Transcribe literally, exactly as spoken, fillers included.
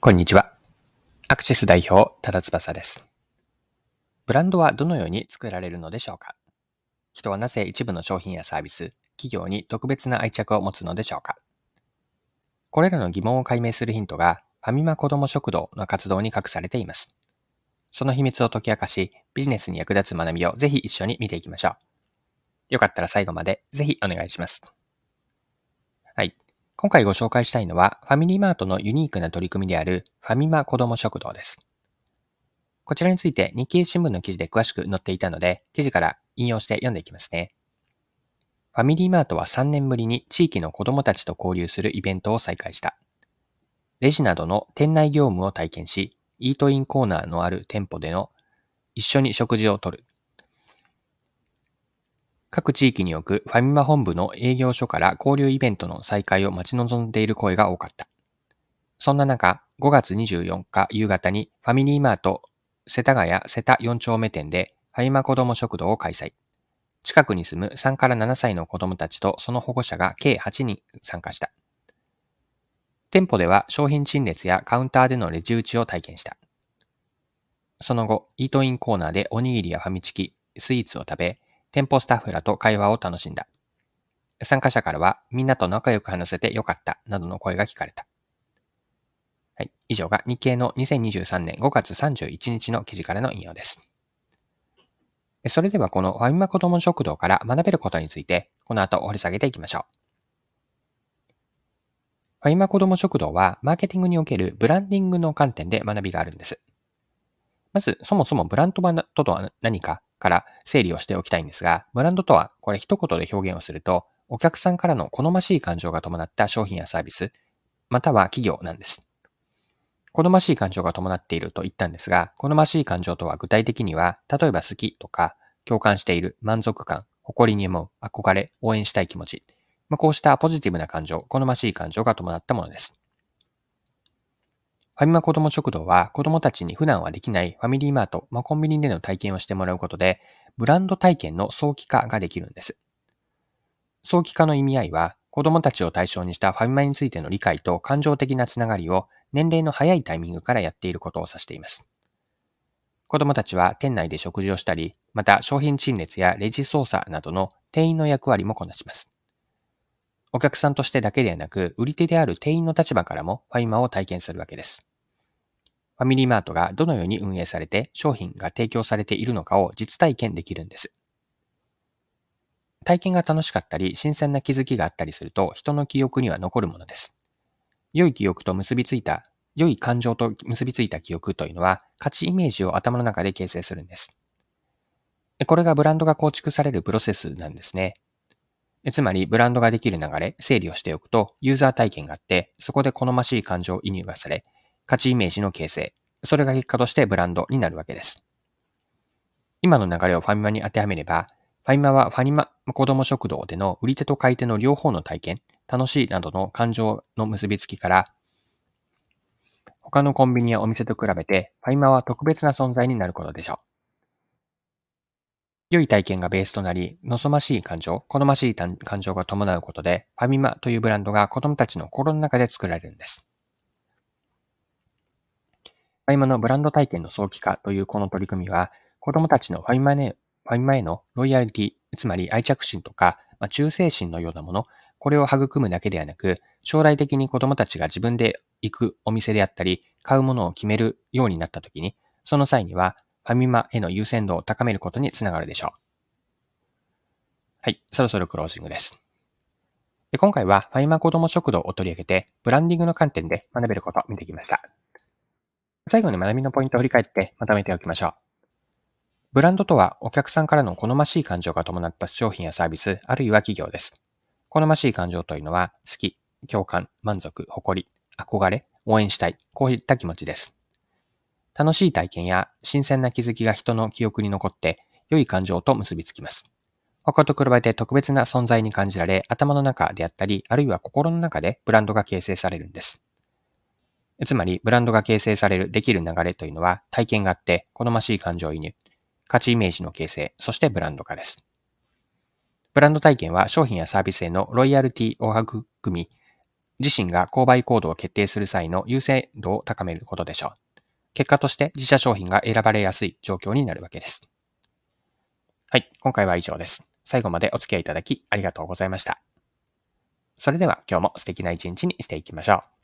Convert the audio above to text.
こんにちは。アクシス代表、多田翼です。ブランドはどのように作られるのでしょうか？人はなぜ一部の商品やサービス、企業に特別な愛着を持つのでしょうか？これらの疑問を解明するヒントが、ファミマ子ども食堂の活動に隠されています。その秘密を解き明かし、ビジネスに役立つ学びをぜひ一緒に見ていきましょう。よかったら最後までぜひお願いします。はい。今回ご紹介したいのは、ファミリーマートのユニークな取り組みである、ファミマ子ども食堂です。こちらについて日経新聞の記事で詳しく載っていたので、記事から引用して読んでいきますね。ファミリーマートはさんねんぶりに地域の子どもたちと交流するイベントを再開した。レジなどの店内業務を体験し、イートインコーナーのある店舗での一緒に食事をとる。各地域に置くファミマ本部の営業所から交流イベントの再開を待ち望んでいる声が多かった。そんな中、ごがつにじゅうよっか夕方にファミリーマート世田谷瀬田よん丁目店でファミマ子ども食堂を開催。近くに住むさんからななさいの子どもたちとその保護者が計はちにん参加した。店舗では商品陳列やカウンターでのレジ打ちを体験した。その後、イートインコーナーでおにぎりやファミチキ、スイーツを食べ、店舗スタッフらと会話を楽しんだ。参加者からは、みんなと仲良く話せてよかった、などの声が聞かれた。はい、以上が日経のにせんにじゅうさんねんごがつさんじゅういちにちの記事からの引用です。それではこのファミマ子ども食堂から学べることについて、この後掘り下げていきましょう。ファミマ子ども食堂は、マーケティングにおけるブランディングの観点で学びがあるんです。まず、そもそもブランドとは何かから整理をしておきたいんですが、ブランドとは、これ一言で表現をすると、お客さんからの好ましい感情が伴った商品やサービス、または企業なんです。好ましい感情が伴っていると言ったんですが、好ましい感情とは具体的には、例えば好きとか、共感している、満足感、誇りに思う、憧れ、応援したい気持ち、まあ、こうしたポジティブな感情、好ましい感情が伴ったものです。ファミマ子ども食堂は子どもたちに普段はできないファミリーマート、まあ、コンビニでの体験をしてもらうことで、ブランド体験の早期化ができるんです。早期化の意味合いは、子どもたちを対象にしたファミマについての理解と感情的なつながりを年齢の早いタイミングからやっていることを指しています。子どもたちは店内で食事をしたり、また商品陳列やレジ操作などの店員の役割もこなします。お客さんとしてだけではなく、売り手である店員の立場からもファミマを体験するわけです。ファミリーマートがどのように運営されて商品が提供されているのかを実体験できるんです。体験が楽しかったり、新鮮な気づきがあったりすると、人の記憶には残るものです。良い記憶と結びついた、良い感情と結びついた記憶というのは、価値イメージを頭の中で形成するんです。これがブランドが構築されるプロセスなんですね。つまり、ブランドができる流れ、整理をしておくと、ユーザー体験があって、そこで好ましい感情移入がされ、価値イメージの形成、それが結果としてブランドになるわけです。今の流れをファミマに当てはめれば、ファミマはファミマ子ども食堂での売り手と買い手の両方の体験、楽しいなどの感情の結びつきから、他のコンビニやお店と比べて、ファミマは特別な存在になることでしょう。良い体験がベースとなり、望ましい感情、好ましい感情が伴うことで、ファミマというブランドが子供たちの心の中で作られるんです。ファミマのブランド体験の早期化というこの取り組みは、子供たちのファミマへファミマへのロイヤリティ、つまり愛着心とか、まあ、忠誠心のようなもの、これを育むだけではなく、将来的に子供たちが自分で行くお店であったり、買うものを決めるようになったときに、その際には、ファミマへの優先度を高めることにつながるでしょう。はい、そろそろクロージングです。で今回はファミマ子ども食堂を取り上げて、ブランディングの観点で学べることを見てきました。最後に学びのポイントを振り返ってまとめておきましょう。ブランドとはお客さんからの好ましい感情が伴った商品やサービス、あるいは企業です。好ましい感情というのは、好き、共感、満足、誇り、憧れ、応援したい、こういった気持ちです。楽しい体験や新鮮な気づきが人の記憶に残って、良い感情と結びつきます。他と比べて特別な存在に感じられ、頭の中であったり、あるいは心の中でブランドが形成されるんです。つまり、ブランドが形成される、できる流れというのは、体験があって、好ましい感情移入、価値イメージの形成、そしてブランド化です。ブランド体験は商品やサービスへのロイヤルティを育み、 自身が購買行動を決定する際の優先度を高めることでしょう。結果として自社商品が選ばれやすい状況になるわけです。はい、今回は以上です。最後までお付き合いいただきありがとうございました。それでは今日も素敵な一日にしていきましょう。